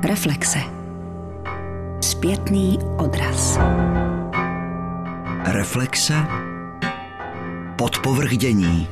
Reflexe. Zpětný odraz. Reflexe. Podpovrchdění.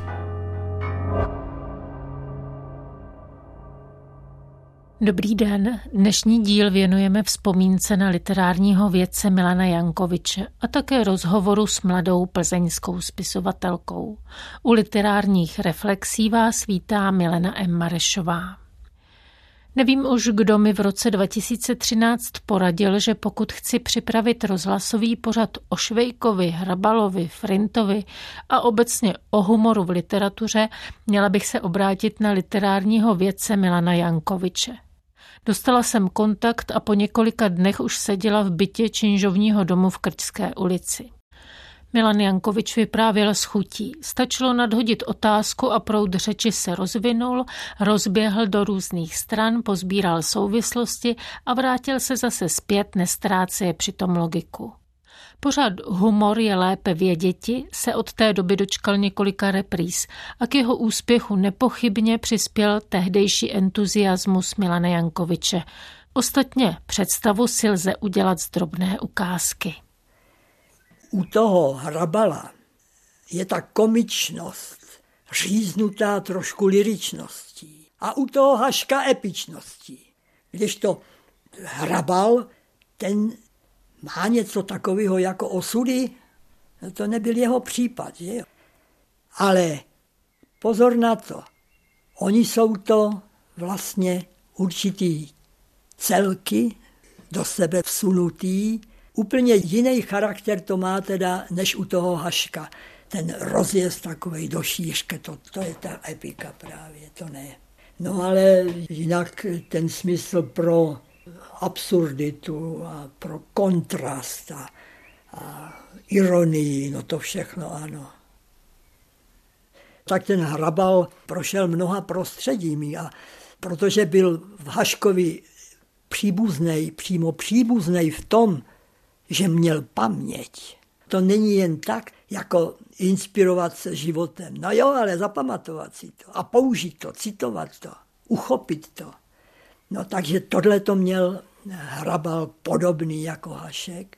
Dobrý den, dnešní díl věnujeme vzpomínce na literárního vědce Milana Jankoviče a také rozhovoru s mladou plzeňskou spisovatelkou. U literárních reflexí vás vítá Milena M. Marešová. Nevím už, kdo mi v roce 2013 poradil, že pokud chci připravit rozhlasový pořad o Švejkovi, Hrabalovi, Frintovi a obecně o humoru v literatuře, měla bych se obrátit na literárního vědce Milana Jankoviče. Dostala jsem kontakt a po několika dnech už seděla v bytě činžovního domu v Krčské ulici. Milan Jankovič vyprávěl s chutí. Stačilo nadhodit otázku a proud řeči se rozvinul, rozběhl do různých stran, pozbíral souvislosti a vrátil se zase zpět, neztráceje přitom logiku. Pořad Humor je lépe věděti se od té doby dočkal několika repríz a k jeho úspěchu nepochybně přispěl tehdejší entuziasmus Milana Jankoviče. Ostatně představu si lze udělat z drobné ukázky. U toho Hrabala je ta komičnost říznutá trošku lyričností a u toho Haška epičností. Kdežto Hrabal, ten má něco takového jako osudy, to nebyl jeho případ, že jo. Ale pozor na to, oni jsou to vlastně určitý celky do sebe vsunutý. Úplně jiný charakter to má teda, než u toho Haška. Ten rozjezd takovej do šířky, to je ta epika právě, to ne. No ale jinak ten smysl pro absurditu a pro kontrast a ironii, no to všechno ano. Tak ten Hrabal prošel mnoha prostředími a protože byl v Haškovi přímo příbuznej v tom, že měl paměť. To není jen tak, jako inspirovat se životem. No jo, ale zapamatovat si to a použít to, citovat to, uchopit to. No takže tohle to měl Hrabal podobný jako Hašek.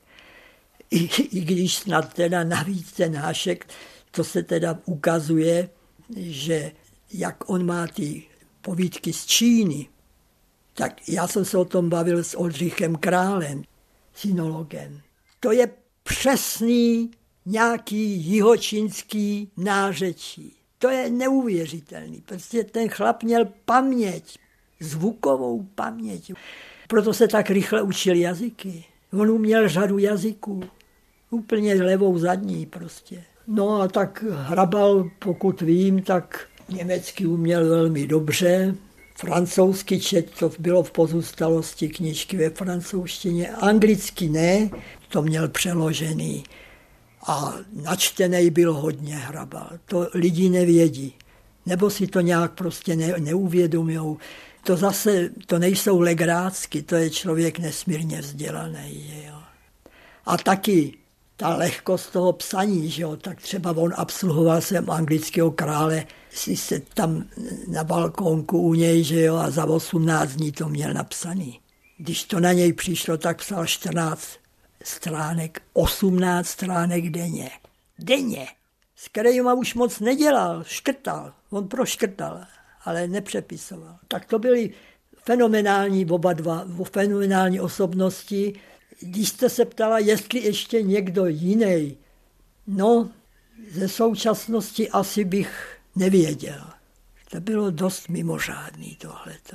I když snad teda navíc ten Hašek, to se teda ukazuje, že jak on má ty povídky z Číny, tak já jsem se o tom bavil s Oldřichem Králem, sinologem. To je přesný nějaký jihočínský nářečí. To je neuvěřitelný. Prostě ten chlap měl paměť, zvukovou paměť. Proto se tak rychle učil jazyky. On uměl řadu jazyků. Úplně levou zadní prostě. No a tak Hrabal, pokud vím, tak německy uměl velmi dobře. Francouzsky čet, to bylo v pozůstalosti knížky ve francouzštině, anglicky ne, to měl přeložený. A načtenej byl hodně Hrabal. To lidi nevědí. Nebo si to nějak prostě neuvědomujou. To zase, to nejsou legrácky, to je člověk nesmírně vzdělaný. Jo. A taky ta lehkost toho psaní, že jo, tak třeba on absolvoval jsem anglického krále, si se tam na balkónku u něj, že jo, a za 18 dní to měl napsaný. Když to na něj přišlo, tak psal 14 stránek, 18 stránek denně. Denně! S kterýma už moc nedělal, škrtal. On proškrtal, ale nepřepisoval. Tak to byly fenomenální oba dva, fenomenální osobnosti. Když jste se ptala, jestli ještě někdo jiný, no, ze současnosti asi bych nevěděl. To bylo dost mimořádný tohleto.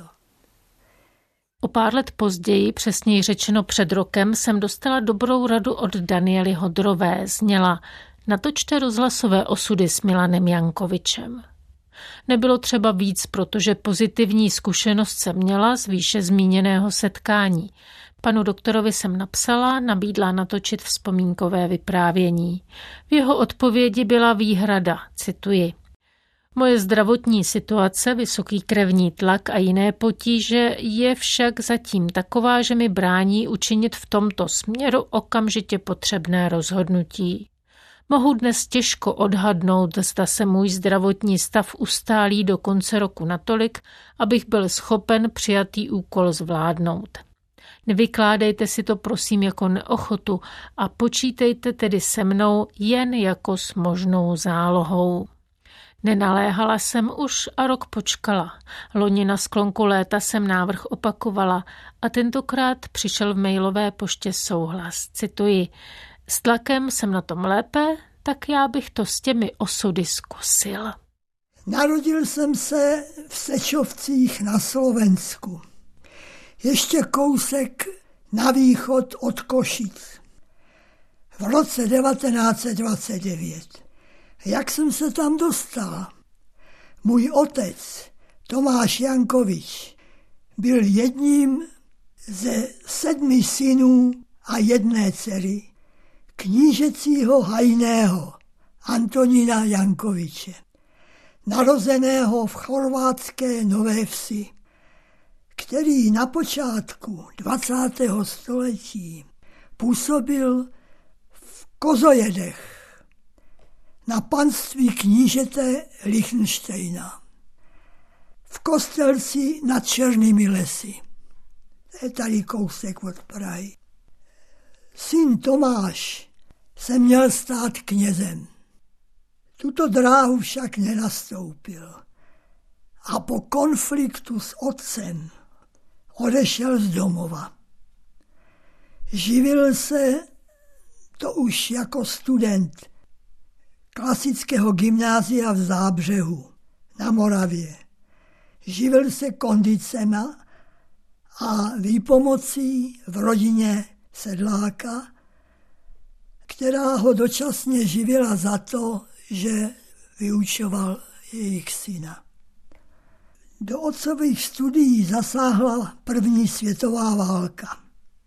O pár let později, přesněji řečeno před rokem, jsem dostala dobrou radu od Daniely Hodrové. Zněla: natočte rozhlasové osudy s Milanem Jankovičem. Nebylo třeba víc, protože pozitivní zkušenost jsem měla z výše zmíněného setkání. Panu doktorovi jsem napsala, nabídla natočit vzpomínkové vyprávění. V jeho odpovědi byla výhrada, cituji: moje zdravotní situace, vysoký krevní tlak a jiné potíže je však zatím taková, že mi brání učinit v tomto směru okamžitě potřebné rozhodnutí. Mohu dnes těžko odhadnout, zda se můj zdravotní stav ustálí do konce roku natolik, abych byl schopen přijatý úkol zvládnout. Nevykládejte si to prosím jako neochotu a počítejte tedy se mnou jen jako s možnou zálohou. Nenaléhala jsem už a rok počkala. Loni na sklonku léta jsem návrh opakovala a tentokrát přišel v mailové poště souhlas. Cituji, s tlakem jsem na tom lépe, tak já bych to s těmi osudy zkusil. Narodil jsem se v Sečovcích na Slovensku. Ještě kousek na východ od Košic. V roce 1929. Jak jsem se tam dostala? Můj otec, Tomáš Jankovič, byl jedním ze 7 synů a 1 dcery knížecího hajného Antonína Jankoviče, narozeného v chorvatské Nové Vsi, který na počátku 20. století působil v Kozojedech na panství knížete Lichtenštejna, v Kostelci nad Černými lesy. To je tady kousek od Prahy. Syn Tomáš se měl stát knězem. Tuto dráhu však nenastoupil a po konfliktu s otcem odešel z domova. Živil se to už jako student klasického gymnázia v Zábřehu na Moravě. Živil se kondicema a výpomocí v rodině sedláka, která ho dočasně živila za to, že vyučoval jejich syna. Do otcových studií zasáhla první světová válka.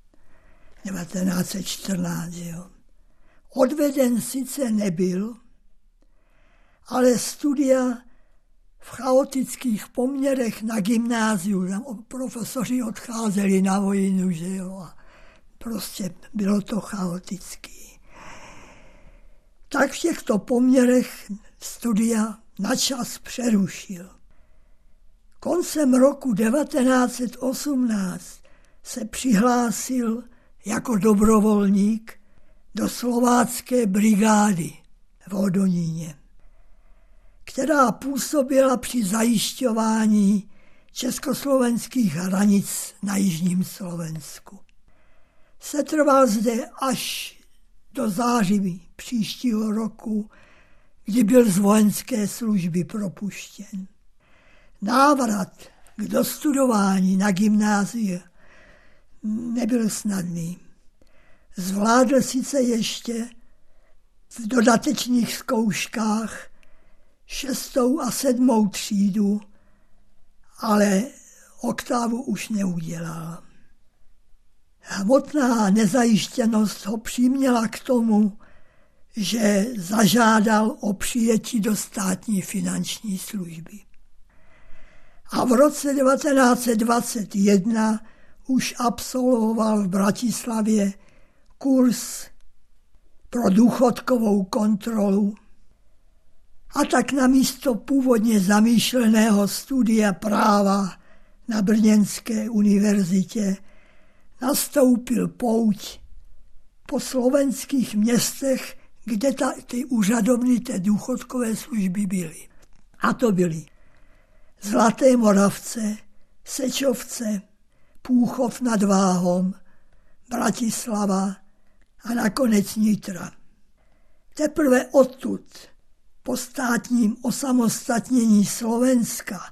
1914. Odveden sice nebyl, ale studia v chaotických poměrech na gymnáziu, profesoři odcházeli na vojnu, že jo, a prostě bylo to chaotický. Tak v těchto poměrech studia načas přerušil. Koncem roku 1918 se přihlásil jako dobrovolník do slovácké brigády v Hodoníně, která působila při zajišťování československých hranic na jižním Slovensku. Setrval zde až do září příštího roku, kdy byl z vojenské služby propuštěn. Návrat k dostudování na gymnáziu nebyl snadný. Zvládl sice ještě v dodatečných zkouškách 6. a 7. třídu, ale oktávu už neudělal. Hmotná nezajištěnost ho přiměla k tomu, že zažádal o přijetí do státní finanční služby. A v roce 1921 už absolvoval v Bratislavě kurz pro důchodkovou kontrolu a tak namísto původně zamýšleného studia práva na Brněnské univerzitě nastoupil pouť po slovenských městech, kde ty úřadovny té důchodkové služby byly. A to byly Zlaté Moravce, Sečovce, Púchov nad Váhom, Bratislava a nakonec Nitra. Teprve odtud po státním osamostatnění Slovenska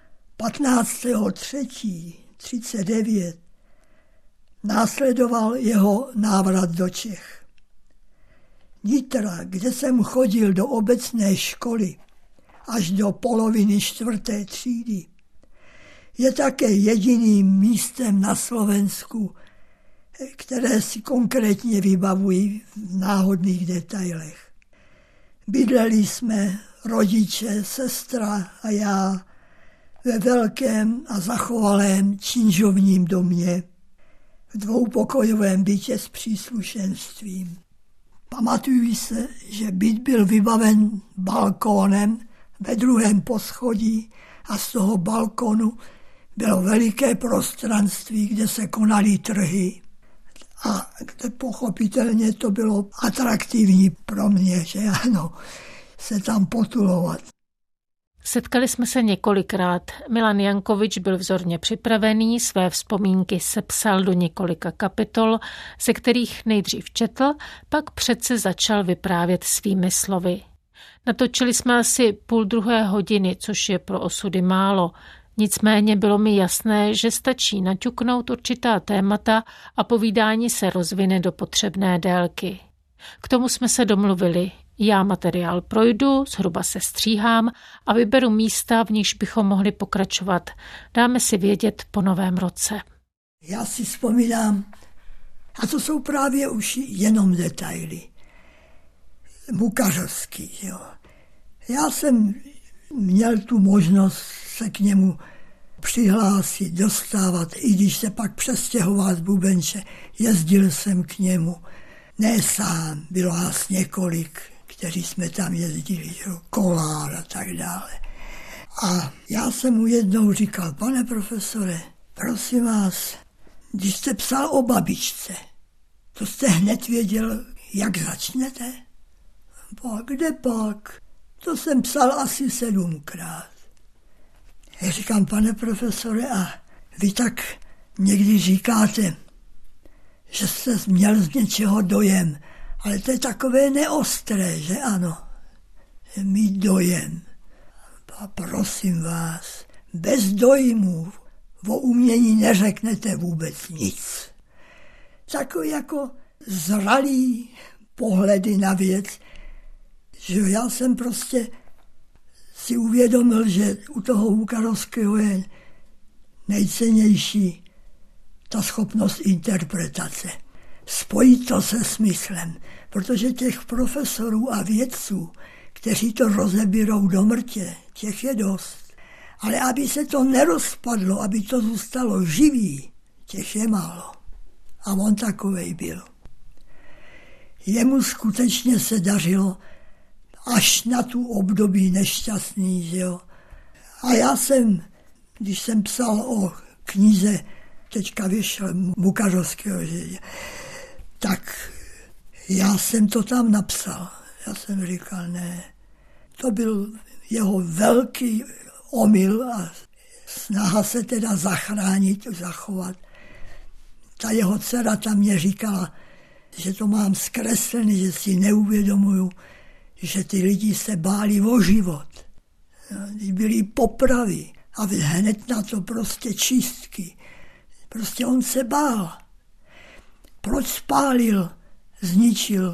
15.3.1939 následoval jeho návrat do Čech. Nitra, kde jsem chodil do obecné školy až do poloviny 4. třídy, je také jediným místem na Slovensku, které si konkrétně vybavují v náhodných detailech. Bydleli jsme rodiče, sestra a já ve velkém a zachovalém činžovním domě v 2pokojovém bytě s příslušenstvím. Pamatuju se, že byt byl vybaven balkónem ve 2. poschodí a z toho balkonu bylo veliké prostranství, kde se konaly trhy a kde pochopitelně to bylo atraktivní pro mě, že ano, se tam potulovat. Setkali jsme se několikrát. Milan Jankovič byl vzorně připravený, své vzpomínky sepsal do několika kapitol, ze kterých nejdřív četl, pak přece začal vyprávět svými slovy. Natočili jsme asi 1,5 hodiny, což je pro osudy málo. Nicméně bylo mi jasné, že stačí naťuknout určitá témata a povídání se rozvine do potřebné délky. K tomu jsme se domluvili. Já materiál projdu, zhruba se stříhám a vyberu místa, v nichž bychom mohli pokračovat. Dáme si vědět po novém roce. Já si vzpomínám, a to jsou právě už jenom detaily, Mukařovský. Jo. Já jsem měl tu možnost se k němu přihlásit, dostávat, i když se pak přestěhoval z Bubenče. Jezdil jsem k němu, ne sám, bylo nás několik, kteří jsme tam jezdili, Kolár a tak dále. A já jsem mu jednou říkal, pane profesore, prosím vás, když jste psal o babičce, to jste hned věděl, jak začnete? Pak kde pak? To jsem psal asi 7krát. Já říkám, pane profesore, a vy tak někdy říkáte, že jste měl z něčeho dojem, ale to je takové neostré, že ano, mít dojem. A prosím vás, bez dojmu o umění neřeknete vůbec nic. Takový jako zralý pohledy na věc, že já jsem prostě si uvědomil, že u toho Mukarovského je nejcennější ta schopnost interpretace. Spojit to se smyslem, protože těch profesorů a vědců, kteří to rozebírou do mrtě, těch je dost. Ale aby se to nerozpadlo, aby to zůstalo živý, těch je málo. A on takovej byl. Jemu skutečně se dařilo až na tu období nešťastný, že jo. A já jsem, když jsem psal o knize, teďka vyšel Mukařovského, tak já jsem to tam napsal. Já jsem říkal, ne, to byl jeho velký omyl a snaha se teda zachránit, zachovat. Ta jeho dcera tam mě říkala, že to mám zkreslený, že si neuvědomuju, že ty lidi se báli o život. Byly popravy a hned na to prostě čistky. Prostě on se bál. Proč spálil, zničil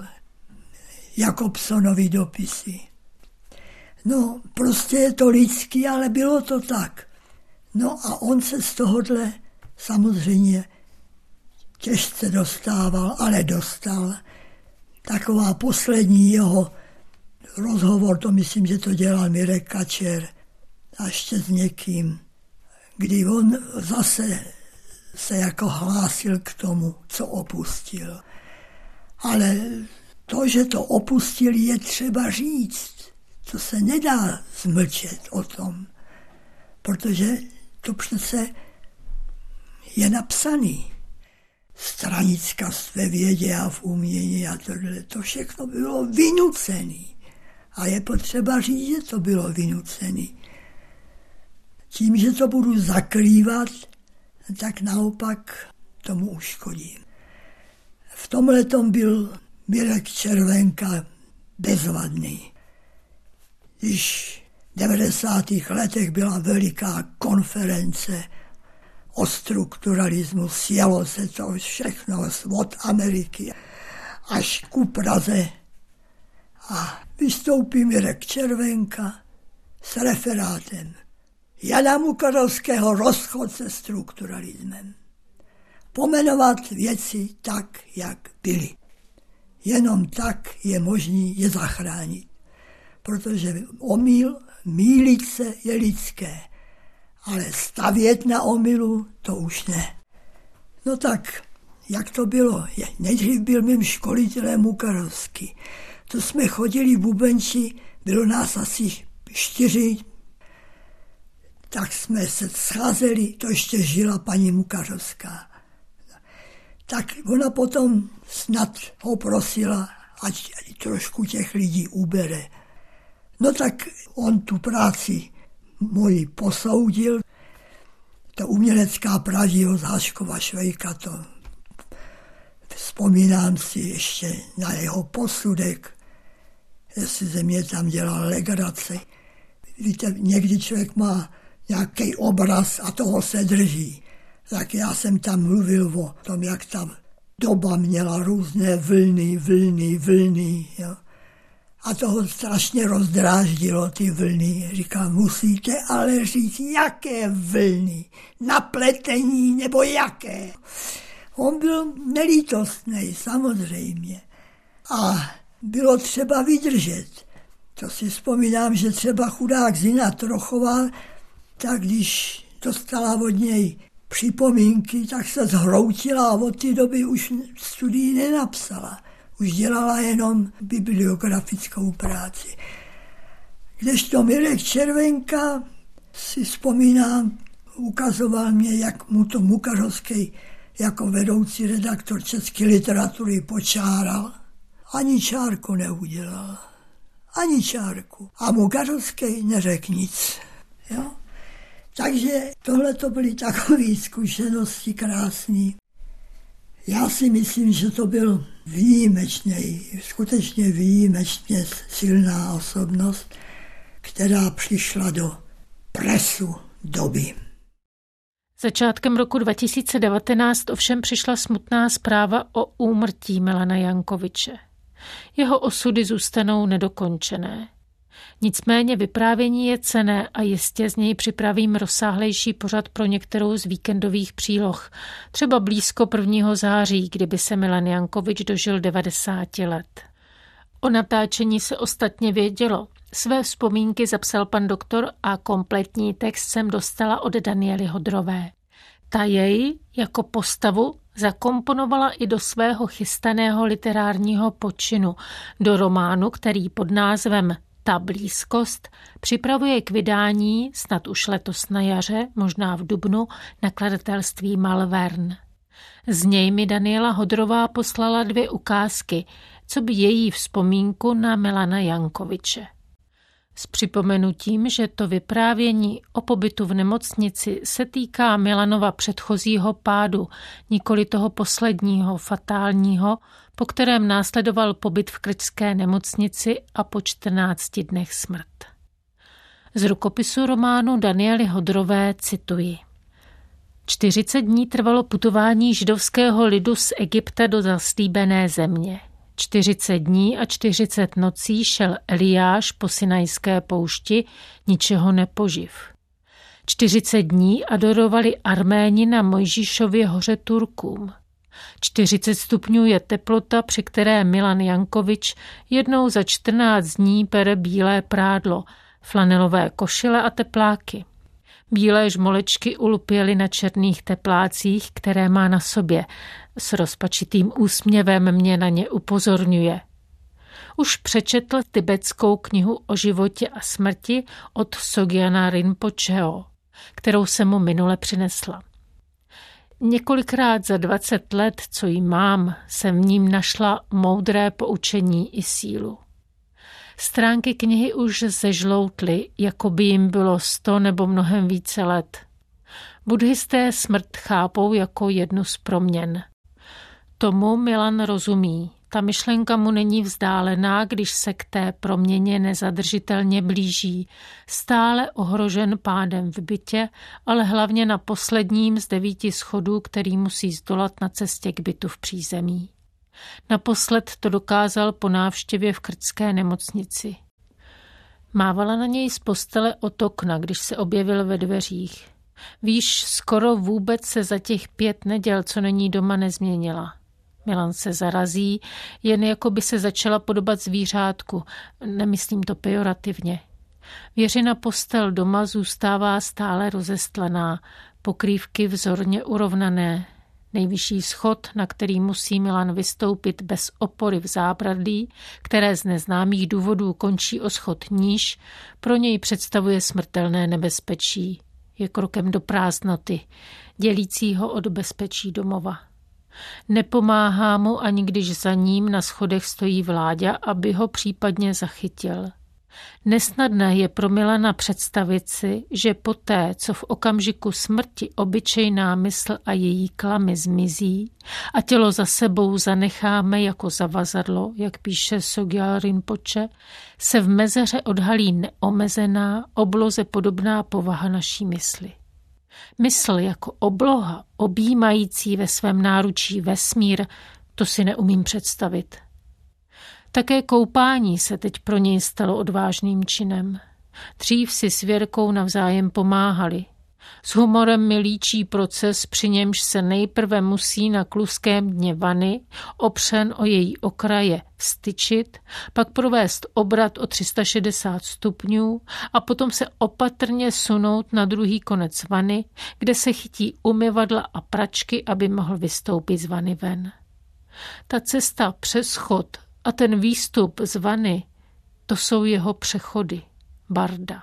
Jakobsonovi dopisy? No, prostě je to lidský, ale bylo to tak. No a on se z tohohle samozřejmě těžce dostával, ale dostal. Taková poslední jeho rozhovor, to myslím, že to dělal Mirek Kačer a ještě s někým, kdy on zase se jako hlásil k tomu, co opustil. Ale to, že to opustil, je třeba říct. To se nedá zmlčet o tom, protože to přece je napsaný. Stranickost ve vědě a v umění a tohle. To všechno bylo vynucený. A je potřeba říct, že to bylo vynucený. Tím, že to budu zakrývat, tak naopak tomu uškodím. V tomhletom byl Mirek Červenka bezvadný. Když v 90. letech byla veliká konference o strukturalismu, sjelo se to všechno od Ameriky až ku Praze a vystoupí Mirek Červenka s referátem Jana Mukarovského rozchod se strukturalismem. Pomenovat věci tak, jak byly. Jenom tak je možný je zachránit. Protože mýlit se je lidské, ale stavět na omylu, to už ne. No tak, jak to bylo? Nejdřív byl mým školitelem Mukarovský. To jsme chodili v Bubenči, bylo nás asi 4. tak jsme se scházeli, to ještě žila paní Mukařovská. Tak ona potom snad ho prosila, ať trošku těch lidí ubere. No tak on tu práci moji posoudil. Ta umělecká Pražího z Haškova Švejka, to vzpomínám si ještě na jeho posudek, jestli ze mě tam dělal legraci. Víte, někdy člověk má nějaký obraz a toho se drží. Tak já jsem tam mluvil o tom, jak ta doba měla různé vlny. Jo. A toho strašně rozdráždilo ty vlny. Říkám, musíte ale říct, jaké vlny, napletení nebo jaké. On byl nelítostný, samozřejmě. A bylo třeba vydržet. To si vzpomínám, že třeba chudák Zina Trochová, tak když dostala od něj připomínky, tak se zhroutila a od té doby už studii nenapsala. Už dělala jenom bibliografickou práci. Kdežto Mirek Červenka, si vzpomínám, ukazoval mě, jak mu to Mukařovský jako vedoucí redaktor české literatury počáral. Ani čárku neudělal. Ani čárku. A Mukařovský neřekl nic. Jo? Takže tohle to byly takové zkušenosti krásné. Já si myslím, že to byl skutečně výjimečně silná osobnost, která přišla do presu doby. Začátkem roku 2019 ovšem přišla smutná zpráva o úmrtí Milana Jankoviče. Jeho osudy zůstanou nedokončené. Nicméně vyprávění je cenné a jistě z něj připravím rozsáhlejší pořad pro některou z víkendových příloh, třeba blízko 1. září, kdyby se Milan Jankovič dožil 90 let. O natáčení se ostatně vědělo. Své vzpomínky zapsal pan doktor a kompletní text jsem dostala od Daniely Hodrové. Ta jej jako postavu zakomponovala i do svého chystaného literárního počinu, do románu, který pod názvem Ta blízkost připravuje k vydání snad už letos na jaře, možná v dubnu, nakladatelství Malvern. Z něj mi Daniela Hodrová poslala 2 ukázky, co by její vzpomínku na Milana Jankoviče. S připomenutím, že to vyprávění o pobytu v nemocnici se týká Milanova předchozího pádu, nikoli toho posledního, fatálního, po kterém následoval pobyt v krčské nemocnici a po 14 dnech smrt. Z rukopisu románu Daniely Hodrové cituji. 40 dní trvalo putování židovského lidu z Egypta do zaslíbené země. 40 dní a 40 nocí šel Eliáš po Sinajské poušti, ničeho nepoživ. 40 dní adorovali Arméni na Mojžíšově hoře Turkům. 40 stupňů je teplota, při které Milan Jankovič jednou za 14 dní pere bílé prádlo, flanelové košile a tepláky. Bílé žmolečky ulpěly na černých teplácích, které má na sobě. S rozpačitým úsměvem mě na ně upozorňuje. Už přečetl tibetskou knihu o životě a smrti od Sogyana Rinpocheho, kterou jsem mu minule přinesla. Několikrát za 20 let, co jí mám, jsem v ním našla moudré poučení i sílu. Stránky knihy už zežloutly, jako by jim bylo 100 nebo mnohem více let. Buddhisté smrt chápou jako jednu z proměn. Tomu Milan rozumí. Ta myšlenka mu není vzdálená, když se k té proměně nezadržitelně blíží. Stále ohrožen pádem v bytě, ale hlavně na posledním z 9 schodů, který musí zdolat na cestě k bytu v přízemí. Naposled to dokázal po návštěvě v krčské nemocnici. Mávala na něj z postele od okna, když se objevil ve dveřích. Víš, skoro vůbec se za těch 5 neděl, co není doma, nezměnila. Milan se zarazí, jen jako by se začala podobat zvířátku. Nemyslím to pejorativně. Věřina postel doma zůstává stále rozestlaná, pokrývky vzorně urovnané. Nejvyšší schod, na který musí Milan vystoupit bez opory v zábradlí, které z neznámých důvodů končí o schod níž, pro něj představuje smrtelné nebezpečí. je krokem do prázdnoty, dělící ho od bezpečí domova. Nepomáhá mu ani když za ním na schodech stojí Vláďa, aby ho případně zachytil. Nesnadné je pro Milana představit si, že poté, co v okamžiku smrti obyčejná mysl a její klamy zmizí a tělo za sebou zanecháme jako zavazadlo, jak píše Sogyal Rinpoche, se v mezeře odhalí neomezená, obloze podobná povaha naší mysli. Mysl jako obloha, objímající ve svém náručí vesmír, to si neumím představit. Také koupání se teď pro něj stalo odvážným činem. Dřív si s Věrkou navzájem pomáhali. S humorem mi líčí proces, při němž se nejprve musí na kluském dně vany, opřen o její okraje, vstyčit, pak provést obrat o 360 stupňů a potom se opatrně sunout na druhý konec vany, kde se chytí umyvadla a pračky, aby mohl vystoupit z vany ven. Ta cesta přes schod a ten výstup z vany, to jsou jeho přechody, barda.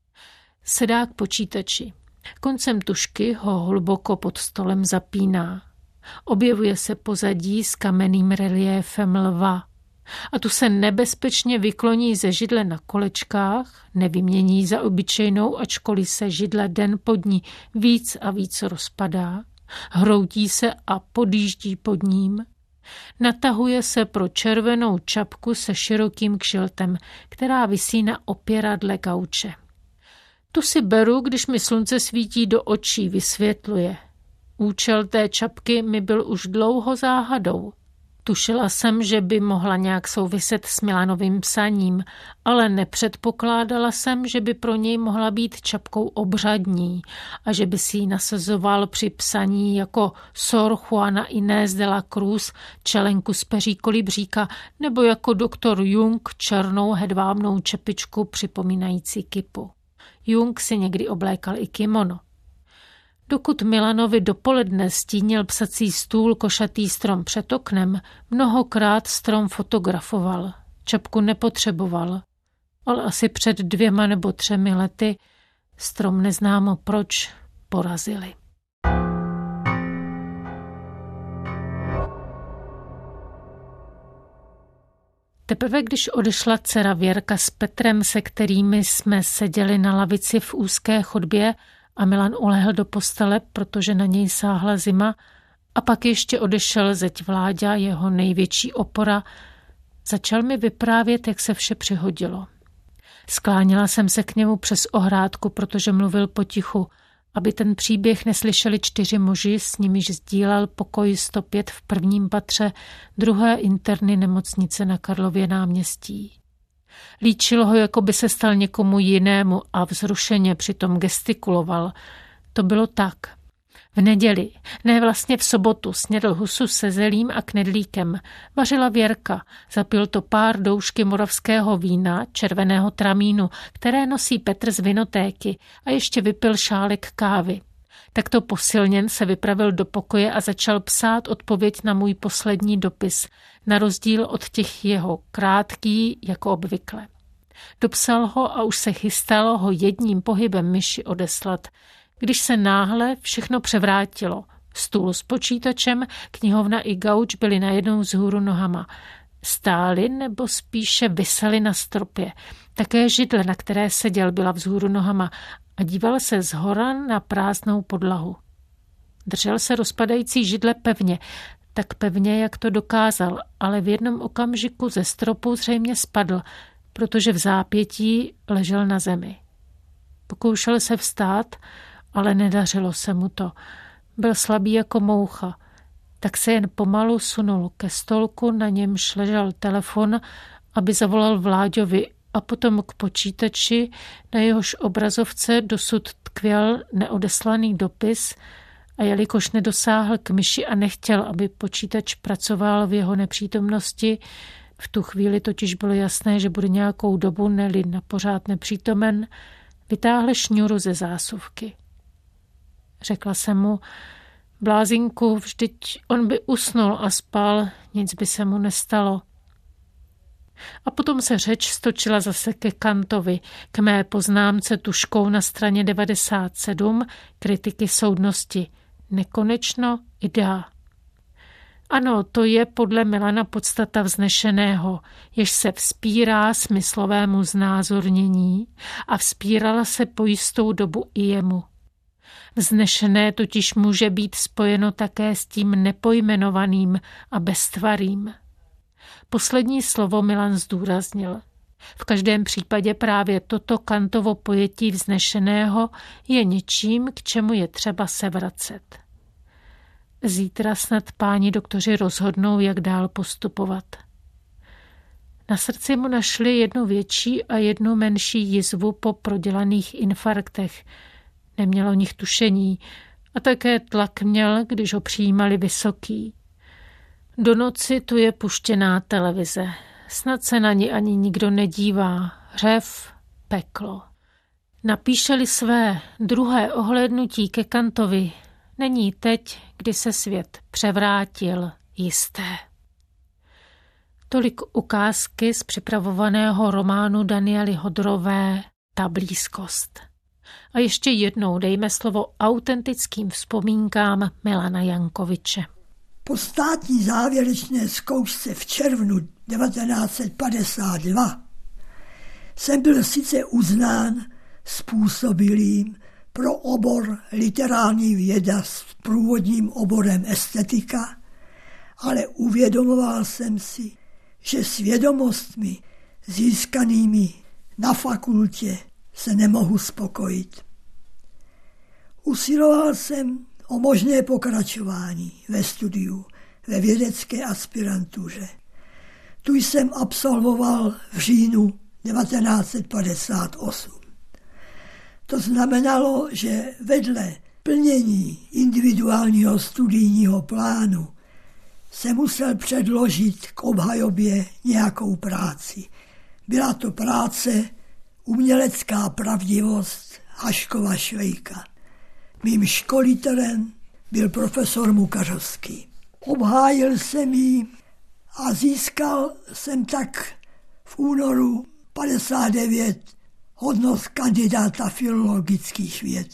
Sedá k počítači. Koncem tužky ho hluboko pod stolem zapíná. Objevuje se pozadí s kamenným reliéfem lva. A tu se nebezpečně vykloní ze židle na kolečkách, nevymění za obyčejnou, ačkoliv se židle den pod ní víc a víc rozpadá. Hroutí se a podjíždí pod ním. Natahuje se pro červenou čapku se širokým kšiltem, která visí na opěradle gauče. Tu si beru, když mi slunce svítí do očí, vysvětluje. Účel té čapky mi byl už dlouho záhadou. Tušila jsem, že by mohla nějak souviset s Milanovým psaním, ale nepředpokládala jsem, že by pro něj mohla být čapkou obřadní a že by si ji nasazoval při psaní jako Sor Juana Inés de la Cruz čelenku z peří kolibříka nebo jako doktor Jung černou hedvábnou čepičku připomínající kypu. Jung si někdy oblékal i kimono. Dokud Milanovi dopoledne stínil psací stůl košatý strom před oknem, mnohokrát strom fotografoval. Čapku nepotřeboval, ale asi před 2 nebo 3 lety strom neznámo proč porazili. Teprve když odešla dcera Věrka s Petrem, se kterými jsme seděli na lavici v úzké chodbě a Milan ulehl do postele, protože na něj sáhla zima, a pak ještě odešel zeď Vláďa, jeho největší opora, začal mi vyprávět, jak se vše přihodilo. Skláněla jsem se k němu přes ohrádku, protože mluvil potichu, aby ten příběh neslyšeli 4 muži, s nimiž sdílel pokoj 105 v 1. patře 2. interny nemocnice na Karlově náměstí. Líčil ho, jako by se stal někomu jinému a vzrušeně přitom gestikuloval. To bylo tak. V neděli, ne vlastně v sobotu, snědl husu se zelím a knedlíkem. Vařila Věrka, zapil to pár doušky moravského vína, červeného tramínu, které nosí Petr z vinotéky, a ještě vypil šálek kávy. Takto posilněn se vypravil do pokoje a začal psát odpověď na můj poslední dopis, na rozdíl od těch jeho krátký, jako obvykle. Dopsal ho a už se chystalo ho jedním pohybem myši odeslat, když se náhle všechno převrátilo. Stůl s počítačem, knihovna i gauč byly najednou vzhůru nohama. Stály nebo spíše visely na stropě. Také židle, na které seděl, byla vzhůru nohama a díval se zhora na prázdnou podlahu. Držel se rozpadající židle pevně, tak pevně, jak to dokázal, ale v jednom okamžiku ze stropu zřejmě spadl, protože v zápětí ležel na zemi. Pokoušel se vstát, ale nedařilo se mu to. Byl slabý jako moucha, tak se jen pomalu sunul ke stolku, na němž ležel telefon, aby zavolal Vláďovi, a potom k počítači, na jehož obrazovce dosud tkvěl neodeslaný dopis, a jelikož nedosáhl k myši a nechtěl, aby počítač pracoval v jeho nepřítomnosti, v tu chvíli totiž bylo jasné, že bude nějakou dobu, ne-li napořád nepřítomen, vytáhl šňůru ze zásuvky. Řekla jsem mu: Blázinku, vždyť on by usnul a spal, nic by se mu nestalo. A potom se řeč stočila zase ke Kantovi, k mé poznámce tužkou na straně 97 kritiky soudnosti. Nekonečno idea. Ano, to je podle Milana podstata vznešeného, jež se vzpírá smyslovému znázornění a vzpírala se po jistou dobu i jemu. Vznešené totiž může být spojeno také s tím nepojmenovaným a beztvarým. Poslední slovo Milan zdůraznil. V každém případě právě toto Kantovo pojetí vznešeného je něčím, k čemu je třeba se vracet. Zítra snad páni doktoři rozhodnou, jak dál postupovat. Na srdci mu našli jednu větší a jednu menší jizvu po prodělaných infarktech. Neměl o nich tušení a také tlak měl, když ho přijímali vysoký. Do noci tu je puštěná televize. Snad se na ní ani nikdo nedívá. Řev, peklo. Napíše-li své druhé ohlédnutí ke Kantovi, není teď, kdy se svět převrátil, jisté. Tolik ukázky z připravovaného románu Daniely Hodrové Ta blízkost. A ještě jednou dejme slovo autentickým vzpomínkám Milana Jankoviče. Po státní závěrečné zkoušce v červnu 1952 jsem byl sice uznán způsobilým pro obor literární věda s průvodním oborem estetika, ale uvědomoval jsem si, že s vědomostmi získanými na fakultě se nemohu spokojit. Usiloval jsem o možné pokračování ve studiu, ve vědecké aspirantuře. Tu jsem absolvoval v říjnu 1958. To znamenalo, že vedle plnění individuálního studijního plánu se musel předložit k obhajobě nějakou práci. Byla to práce Umělecká pravdivost Haškova Švejka. Mým školitelem byl profesor Mukařovský. Obhájil jsem ji a získal jsem tak v únoru 59 hodnost kandidáta filologických věd.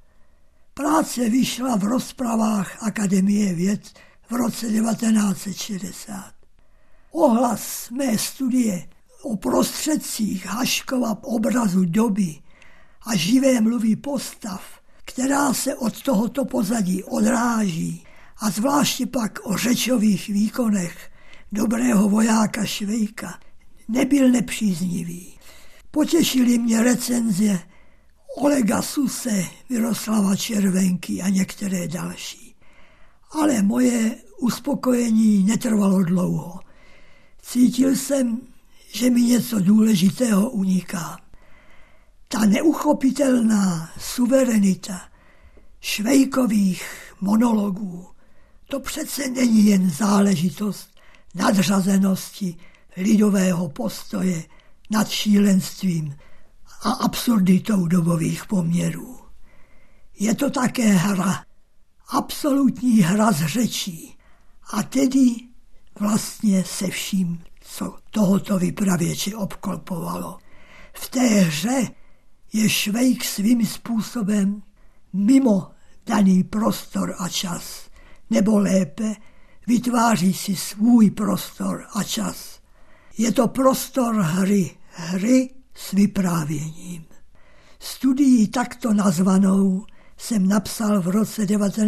Práce vyšla v rozpravách Akademie věd v roce 1960. Ohlas mé studie o prostředcích Haškova obrazu doby a živé mluvy postav, která se od tohoto pozadí odráží, a zvláště pak o řečových výkonech dobrého vojáka Švejka, nebyl nepříznivý. Potěšily mě recenze Olega Suse, Miroslava Červenky a některé další. Ale moje uspokojení netrvalo dlouho. Cítil jsem, že mi něco důležitého uniká. Ta neuchopitelná suverenita Švejkových monologů, to přece není jen záležitost nadřazenosti lidového postoje nad šílenstvím a absurditou dobových poměrů. Je to také hra, absolutní hra z řečí, a tedy vlastně se vším, co tohoto vypravěče obklopovalo. V té hře je Švejk svým způsobem mimo daný prostor a čas, nebo lépe vytváří si svůj prostor a čas. Je to prostor hry s vyprávěním. Studii takto nazvanou jsem napsal v roce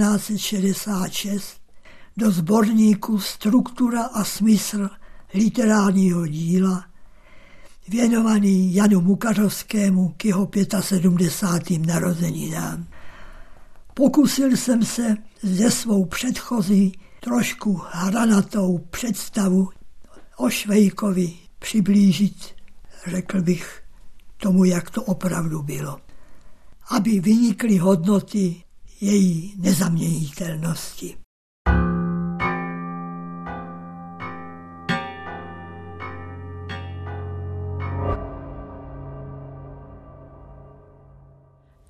1966 do sborníku Struktura a smysl literárního díla, věnovaný Janu Mukařovskému k jeho 75. narozeninám. Pokusil jsem se ze svou předchozí trošku hranatou představu o Švejkovi přiblížit, řekl bych, tomu, jak to opravdu bylo. Aby vynikly hodnoty její nezaměnitelnosti.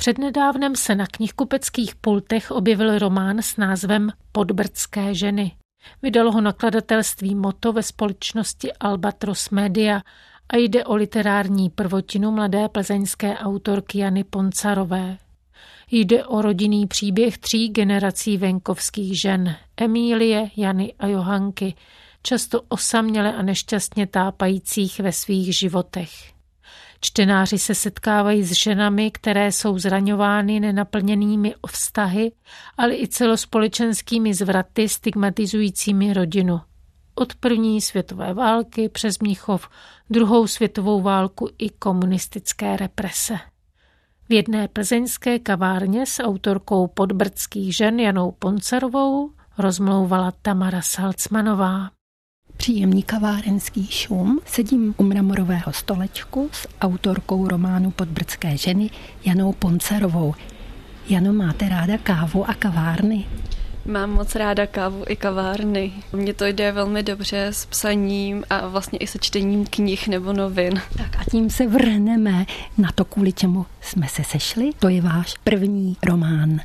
Přednedávnem se na knihkupeckých pultech objevil román s názvem Podbrdské ženy. Vydalo ho nakladatelství Moto ve společnosti Albatros Media a jde o literární prvotinu mladé plzeňské autorky Jany Poncarové. Jde o rodinný příběh 3 generací venkovských žen, Emílie, Jany a Johanky, často osaměle a nešťastně tápajících ve svých životech. Čtenáři se setkávají s ženami, které jsou zraňovány nenaplněnými vztahy, ale i celospolečenskými zvraty stigmatizujícími rodinu. Od první světové války přes Mnichov, druhou světovou válku i komunistické represe. V jedné plzeňské kavárně s autorkou Podbrdských žen Janou Poncarovou rozmlouvala Tamara Salcmanová. Příjemný kavárenský šum. Sedím u mramorového stolečku s autorkou románu Podbrdské ženy Janou Poncarovou. Jano, máte ráda kávu a kavárny? Mám moc ráda kávu i kavárny. Mně to jde velmi dobře s psaním a vlastně i se čtením knih nebo novin. Tak a tím se vrhneme na to, kvůli čemu jsme se sešli. To je váš první román.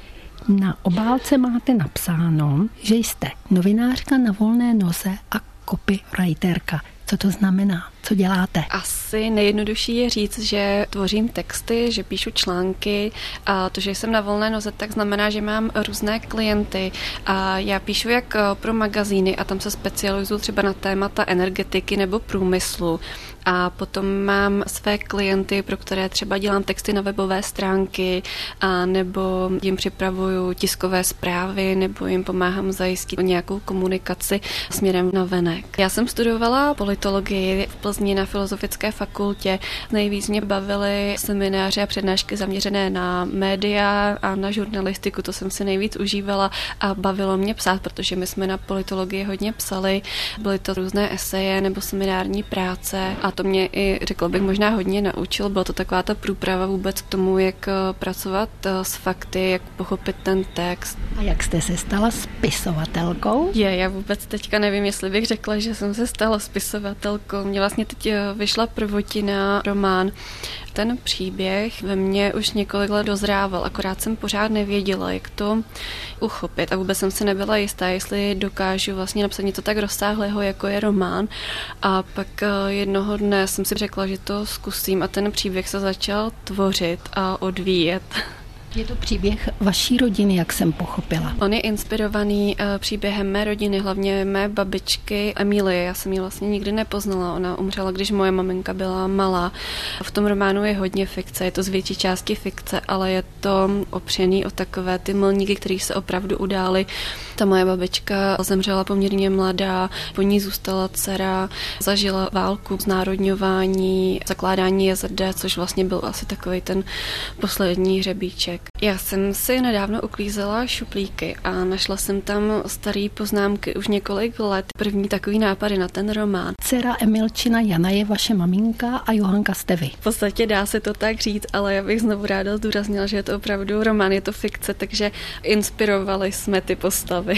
Na obálce máte napsáno, že jste novinářka na volné noze a copywriterka. Co to znamená? Co děláte? Asi nejjednodušší je říct, že tvořím texty, že píšu články a to, že jsem na volné noze, tak znamená, že mám různé klienty a já píšu jak pro magazíny a tam se specializuju třeba na témata energetiky nebo průmyslu. A potom mám své klienty, pro které třeba dělám texty na webové stránky a nebo jim připravuju tiskové zprávy nebo jim pomáhám zajistit nějakou komunikaci směrem na venek. Já jsem studovala politologii v Plzni na Filozofické fakultě. Nejvíc mě bavily semináře a přednášky zaměřené na média a na žurnalistiku. To jsem si nejvíc užívala a bavilo mě psát, protože my jsme na politologii hodně psali. Byly to různé eseje nebo seminární práce a to mě i, řekla bych, možná hodně naučil. Byla to taková ta průprava vůbec k tomu, jak pracovat s fakty, jak pochopit ten text. A jak jste se stala spisovatelkou? Já vůbec teďka nevím, jestli bych řekla, že jsem se stala spisovatelkou. Mně vlastně teď vyšla prvotina, román. Ten příběh ve mně už několik let dozrával, akorát jsem pořád nevěděla, jak to uchopit a vůbec jsem si nebyla jistá, jestli dokážu vlastně napsat něco tak rozsáhlého, jako je román. A pak jednoho dne jsem si řekla, že to zkusím a ten příběh se začal tvořit a odvíjet. Je to příběh vaší rodiny, jak jsem pochopila. On je inspirovaný příběhem mé rodiny, hlavně mé babičky Emílie. Já jsem ji vlastně nikdy nepoznala. Ona umřela, když moje maminka byla malá. V tom románu je hodně fikce, je to z větší části fikce, ale je to opřený o takové ty milníky, které se opravdu udály. Ta moje babička zemřela poměrně mladá, po ní zůstala dcera, zažila válku, znárodňování, zakládání JZD, což vlastně byl asi takový ten poslední hřebíček. Já jsem si nedávno uklízela šuplíky a našla jsem tam staré poznámky už několik let. První takový nápady na ten román. Dcera Emilčina Jana je vaše maminka a Johanka jste vy. V podstatě dá se to tak říct, ale já bych znovu ráda zdůraznila, že je to opravdu román, je to fikce, takže inspirovali jsme ty postavy.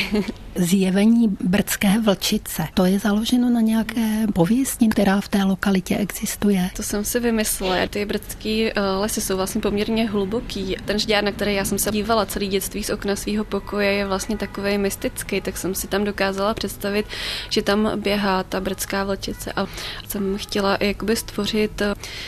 Zjevení brdské vlčice, to je založeno na nějaké pověsti, která v té lokalitě existuje? To jsem si vymyslela. Ty brdský lesy jsou vlastně poměrně hluboký. Ten žďár, na který já jsem se dívala celý dětství z okna svého pokoje, je vlastně takovej mystický, tak jsem si tam dokázala představit, že tam běhá ta brdská vlčice a jsem chtěla jakoby stvořit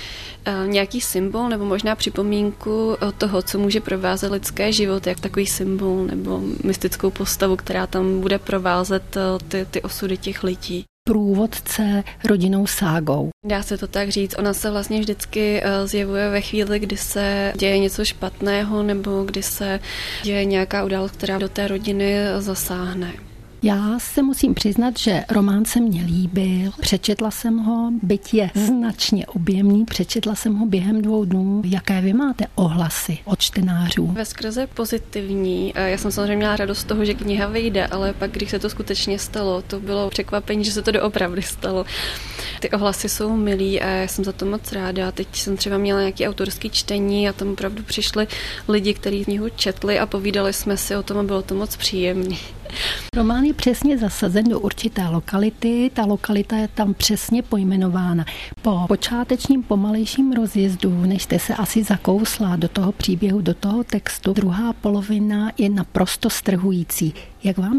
nějaký symbol nebo možná připomínku toho, co může provázet lidské životy, jak takový symbol nebo mystickou postavu, která tam bude provázet ty osudy těch lidí. Průvodce rodinnou ságou. Dá se to tak říct. Ona se vlastně vždycky zjevuje ve chvíli, kdy se děje něco špatného nebo kdy se děje nějaká událost, která do té rodiny zasáhne. Já se musím přiznat, že román se mně líbil, přečetla jsem ho, byť je značně objemný, přečetla jsem ho během 2 dnů. Jaké vy máte ohlasy od čtenářů? Veskrze pozitivní. Já jsem samozřejmě měla radost z toho, že kniha vyjde, ale pak, když se to skutečně stalo, to bylo překvapení, že se to doopravdy stalo. Ty ohlasy jsou milý a já jsem za to moc ráda. Teď jsem třeba měla nějaké autorské čtení a tam opravdu přišli lidi, kteří knihu četli a povídali jsme si o tom a bylo to moc příjemný. Román je přesně zasazen do určité lokality, ta lokalita je tam přesně pojmenována. Po počátečním pomalejším rozjezdu, než jste se asi zakousla do toho příběhu, do toho textu, druhá polovina je naprosto strhující. Jak vám se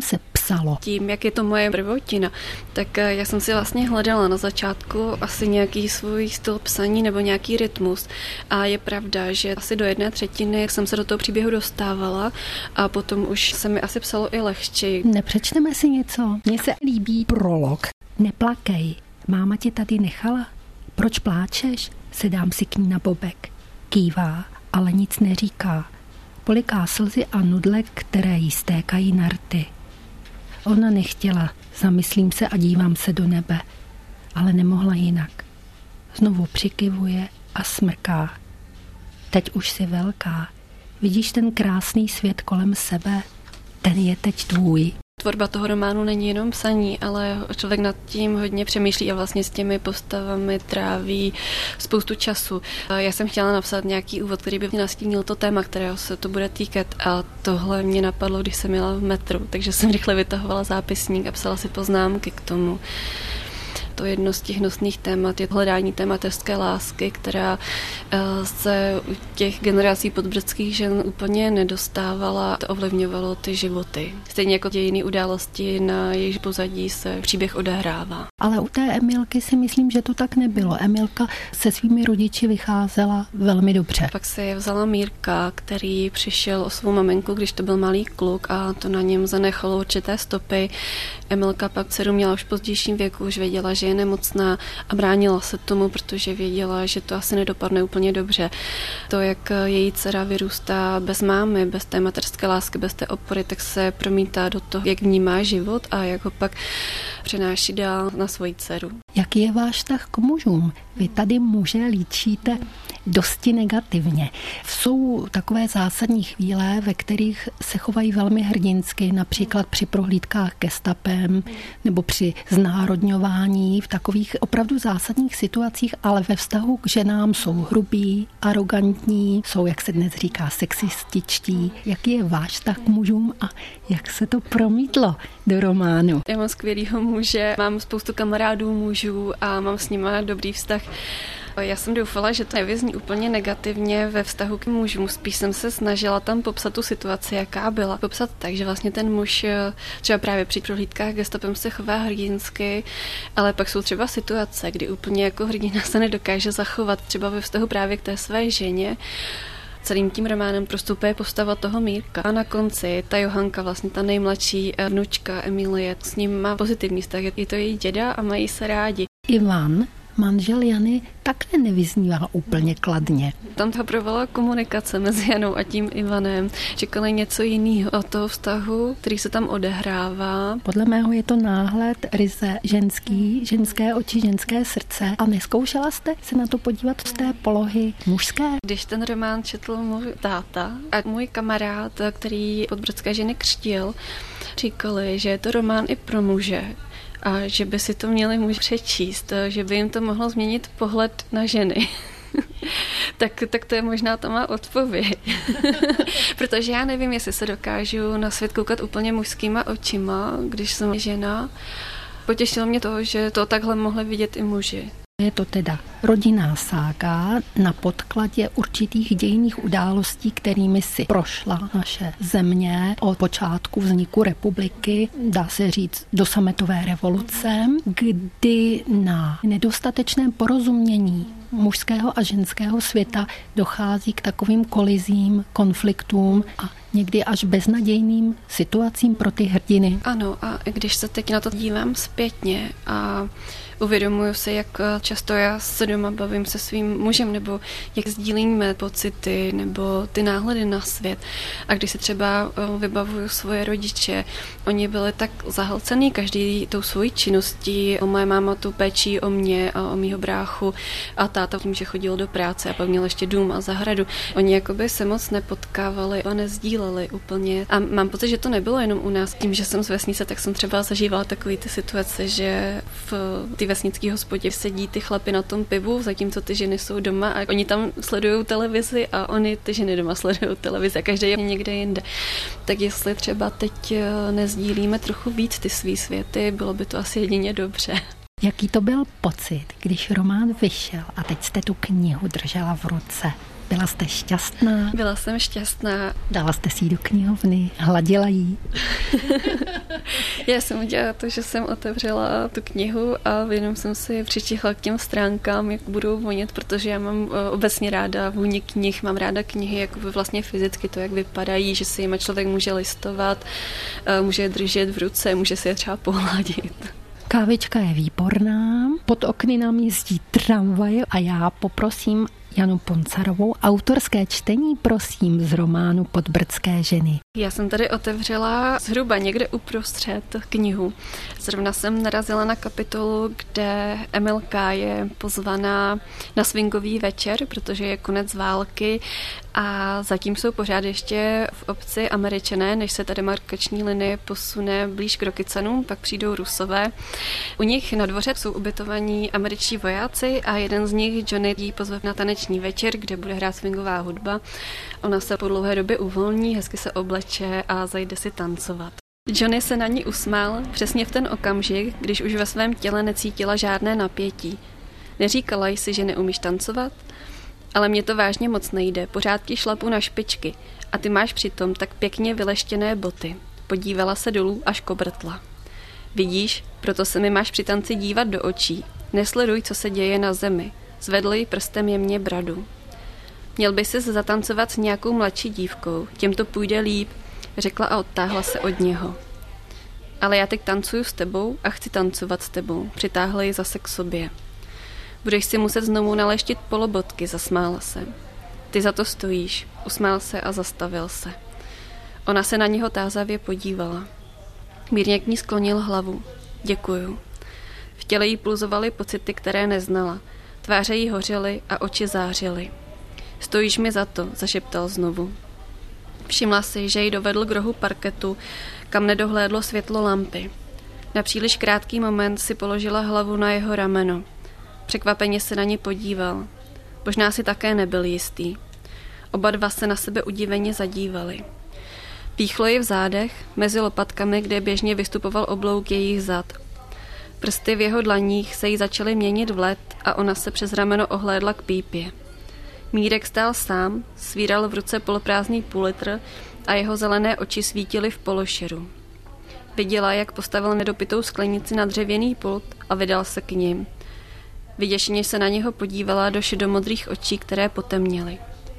psalo? Tím, jak je to moje prvotina, tak já jsem si vlastně hledala na začátku asi nějaký svůj styl psaní nebo nějaký rytmus. A je pravda, že asi do 1/3 jsem se do toho příběhu dostávala a potom už se mi asi psalo i lehčej. Nepřečteme si něco? Mně se líbí prolog. Neplakej, máma tě tady nechala? Proč pláčeš? Sedám si k ní na bobek. Kývá, ale nic neříká. Poliká slzy a nudle, které jí stékají na rty. Ona nechtěla, zamyslím se a dívám se do nebe, ale nemohla jinak. Znovu přikyvuje a smrká. Teď už jsi velká. Vidíš ten krásný svět kolem sebe? Ten je teď tvůj. Tvorba toho románu není jenom psaní, ale člověk nad tím hodně přemýšlí a vlastně s těmi postavami tráví spoustu času. Já jsem chtěla napsat nějaký úvod, který by nastínil to téma, kterého se to bude týkat, a tohle mě napadlo, když jsem jela v metru, takže jsem rychle vytahovala zápisník a psala si poznámky k tomu. To jedno z těch nosných témat je hledání té mateřské lásky, která se u těch generací podbrdských žen úplně nedostávala. To ovlivňovalo ty životy. Stejně jako dějiny události, na jejich pozadí se příběh odehrává. Ale u té Emilky si myslím, že to tak nebylo. Emilka se svými rodiči vycházela velmi dobře. Pak se je vzala Mírka, který přišel o svou maminku, když to byl malý kluk, a to na něm zanechalo určité stopy. Emilka pak dceru měla už v pozdějším věku, už věděla, že je nemocná a bránila se tomu, protože věděla, že to asi nedopadne úplně dobře. To, jak její dcera vyrůstá bez mámy, bez té mateřské lásky, bez té opory, tak se promítá do toho, jak vnímá život a jak ho pak přenáší dál na svoji dceru. Jaký je váš vztah k mužům? Vy tady muže líčíte dosti negativně. Jsou takové zásadní chvíle, ve kterých se chovají velmi hrdinsky, například při prohlídkách gestapem nebo při znárodňování, v takových opravdu zásadních situacích, ale ve vztahu k ženám jsou hrubí, arrogantní, jsou, jak se dnes říká, sexističtí. Jaký je váš vztah k mužům a jak se to promítlo do románu? Já mám skvělýho muže, mám spoustu kamarádů mužů a mám s nimi dobrý vztah. Já jsem doufala, že to nevyzní úplně negativně ve vztahu k mužům. Spíš jsem se snažila tam popsat tu situaci, jaká byla. Popsat tak, že vlastně ten muž třeba právě při prohlídkách gestapem se chová hrdinsky, ale pak jsou třeba situace, kdy úplně jako hrdina se nedokáže zachovat, třeba ve vztahu právě k té své ženě. Celým tím románem prostupuje postava toho Mírka. A na konci ta Johanka, vlastně ta nejmladší vnučka Emilie, s ním má pozitivní vztah. Je to její děda a mají se rádi. Ivan, manžel Jany, také nevyznívá úplně kladně. Tam ta provala komunikace mezi Janou a tím Ivanem. Čekali něco jiného od toho vztahu, který se tam odehrává. Podle mého je to náhled ryze ženský, ženské oči, ženské srdce. A neskoušela jste se na to podívat z té polohy mužské? Když ten román četl můj táta a můj kamarád, který Podbrdské ženy křtil, říkali, že je to román i pro muže. A že by si to měli muži přečíst, že by jim to mohlo změnit pohled na ženy. tak to je možná ta má odpověď. Protože já nevím, jestli se dokážu na svět koukat úplně mužskýma očima, když jsem žena. Potěšilo mě to, že to takhle mohli vidět i muži. Je to teda rodinná sága na podkladě určitých dějinných událostí, kterými si prošla naše země od počátku vzniku republiky, dá se říct do sametové revoluce, kdy na nedostatečném porozumění mužského a ženského světa dochází k takovým kolizím, konfliktům a někdy až beznadějným situacím pro ty hrdiny. Ano, a když se teď na to dívám zpětně a uvědomuju si, jak často já se doma bavím se svým mužem, nebo jak sdílíme pocity, nebo ty náhledy na svět. A když si třeba vybavuju svoje rodiče, oni byli tak zahlcený každý tou svojí činností. Moje máma tu péčí o mě a o mýho bráchu a táta tím, že chodil do práce a pak měl ještě dům a zahradu. Oni jakoby se moc nepotkávali a nezdíleli úplně. A mám pocit, že to nebylo jenom u nás. Tím, že jsem z vesnice, tak jsem třeba zažívala takový ty situace, že v té vesnické hospodě sedí ty chlapi na tom pivu, zatímco ty ženy jsou doma a oni tam sledují televizi a oni ty ženy doma sledují televizi a každý je někde jinde. Tak jestli třeba teď nezdílíme trochu víc ty svý světy, bylo by to asi jedině dobře. Jaký to byl pocit, když román vyšel a teď jste tu knihu držela v ruce? Byla jste šťastná? Byla jsem šťastná. Dala jste si ji do knihovny, hladila jí? Já jsem udělala to, že jsem otevřela tu knihu a jenom jsem si přičihla k těm stránkám, jak budou vonět, protože já mám obecně ráda vůni knih, mám ráda knihy jako vlastně fyzicky, to, jak vypadají, že si jima člověk může listovat, může je držet v ruce, může si je třeba pohladit. Kávička je výborná, pod okny nám jezdí tramvaje a já poprosím Janu Poncarovou autorské čtení, prosím, z románu Podbrdské ženy. Já jsem tady otevřela zhruba někde uprostřed knihu. Zrovna jsem narazila na kapitolu, kde Emilka je pozvaná na swingový večer, protože je konec války a zatím jsou pořád ještě v obci Američané, než se ta demarkační linie posune blíž k Rokycanům, pak přijdou Rusové. U nich na dvoře jsou ubytovaní američtí vojáci a jeden z nich, Johnny, jí pozve na taneční večer, kde bude hrát swingová hudba. Ona se po dlouhé době uvolní, hezky se obleče a zajde si tancovat. Johnny se na ní usmál přesně v ten okamžik, když už ve svém těle necítila žádné napětí. Neříkala jsi, že neumíš tancovat? Ale mě to vážně moc nejde, pořád ti šlapu na špičky a ty máš přitom tak pěkně vyleštěné boty. Podívala se dolů až kobrtla. Vidíš, proto se mi máš při tanci dívat do očí. Nesleduj, co se děje na zemi. Zvedl jí prstem jemně bradu. Měl by si zatancovat s nějakou mladší dívkou, těm to půjde líp, řekla a odtáhla se od něho. Ale já teď tancuju s tebou a chci tancovat s tebou, přitáhla ji zase k sobě. Budeš si muset znovu naleštit polobotky, zasmála se. Ty za to stojíš, usmál se a zastavil se. Ona se na něho tázavě podívala. Mírně k ní sklonil hlavu. Děkuju. V těle jí pulzovaly pocity, které neznala. Tváře jí hořely a oči zářily. Stojíš mi za to, zašeptal znovu. Všimla si, že ji dovedl k rohu parketu, kam nedohlédlo světlo lampy. Na příliš krátký moment si položila hlavu na jeho rameno. Překvapeně se na ní podíval. Možná si také nebyl jistý. Oba dva se na sebe udiveně zadívali. Píchlo ji v zádech, mezi lopatkami, kde běžně vystupoval oblouk jejich zad. Prsty v jeho dlaních se jí začaly měnit v led a ona se přes rameno ohlédla k pípě. Mírek stál sám, svíral v ruce poloprázdný půlitr a jeho zelené oči svítily v pološeru. Viděla, jak postavil nedopitou sklenici na dřevěný pult a vydal se k nim. Vyděšeně se na něho podívala do šedomodrých očí, které potemněly.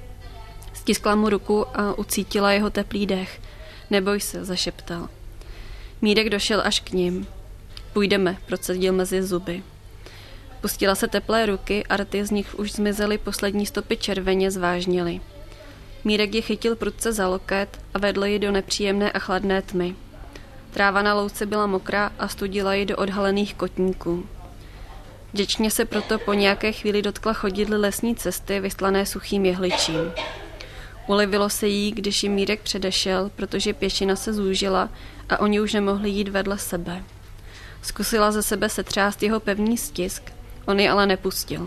Stiskla mu ruku a ucítila jeho teplý dech. Neboj se, zašeptal. Mírek došel až k nim. Půjdeme, procedil mezi zuby. Pustila se teplé ruky a rty z nich už zmizely poslední stopy červeně zvážněly. Mírek ji chytil prudce za loket a vedl ji do nepříjemné a chladné tmy. Tráva na louce byla mokrá a studila ji do odhalených kotníků. Vděčně se proto po nějaké chvíli dotkla chodidly lesní cesty vystlané suchým jehličím. Ulevilo se jí, když ji Mírek předešel, protože pěšina se zúžila a oni už nemohli jít vedle sebe. Zkusila ze sebe setřást jeho pevný stisk, on ji ale nepustil.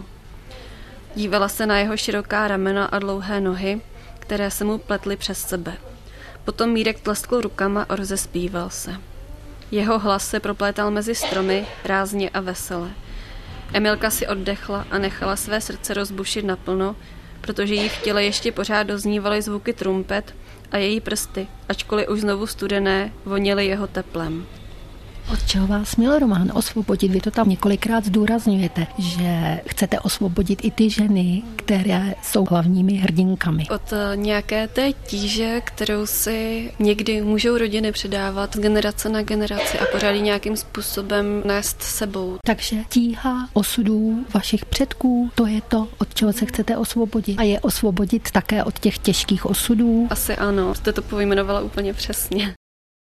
Dívala se na jeho široká ramena a dlouhé nohy, které se mu pletly přes sebe. Potom Mírek tleskl rukama a rozespíval se. Jeho hlas se proplétal mezi stromy, rázně a vesele. Emilka si oddechla a nechala své srdce rozbušit naplno, protože jí v těle ještě pořád doznívaly zvuky trumpet a její prsty, ačkoliv už znovu studené, voněly jeho teplem. Od čeho vás měl román osvobodit? Vy to tam několikrát zdůrazňujete, že chcete osvobodit i ty ženy, které jsou hlavními hrdinkami. Od nějaké té tíže, kterou si někdy můžou rodiny předávat z generace na generaci a pořád nějakým způsobem nést sebou. Takže tíha osudů vašich předků, to je to, od čeho se chcete osvobodit. A je osvobodit také od těch těžkých osudů? Asi ano, jste to pojmenovala úplně přesně.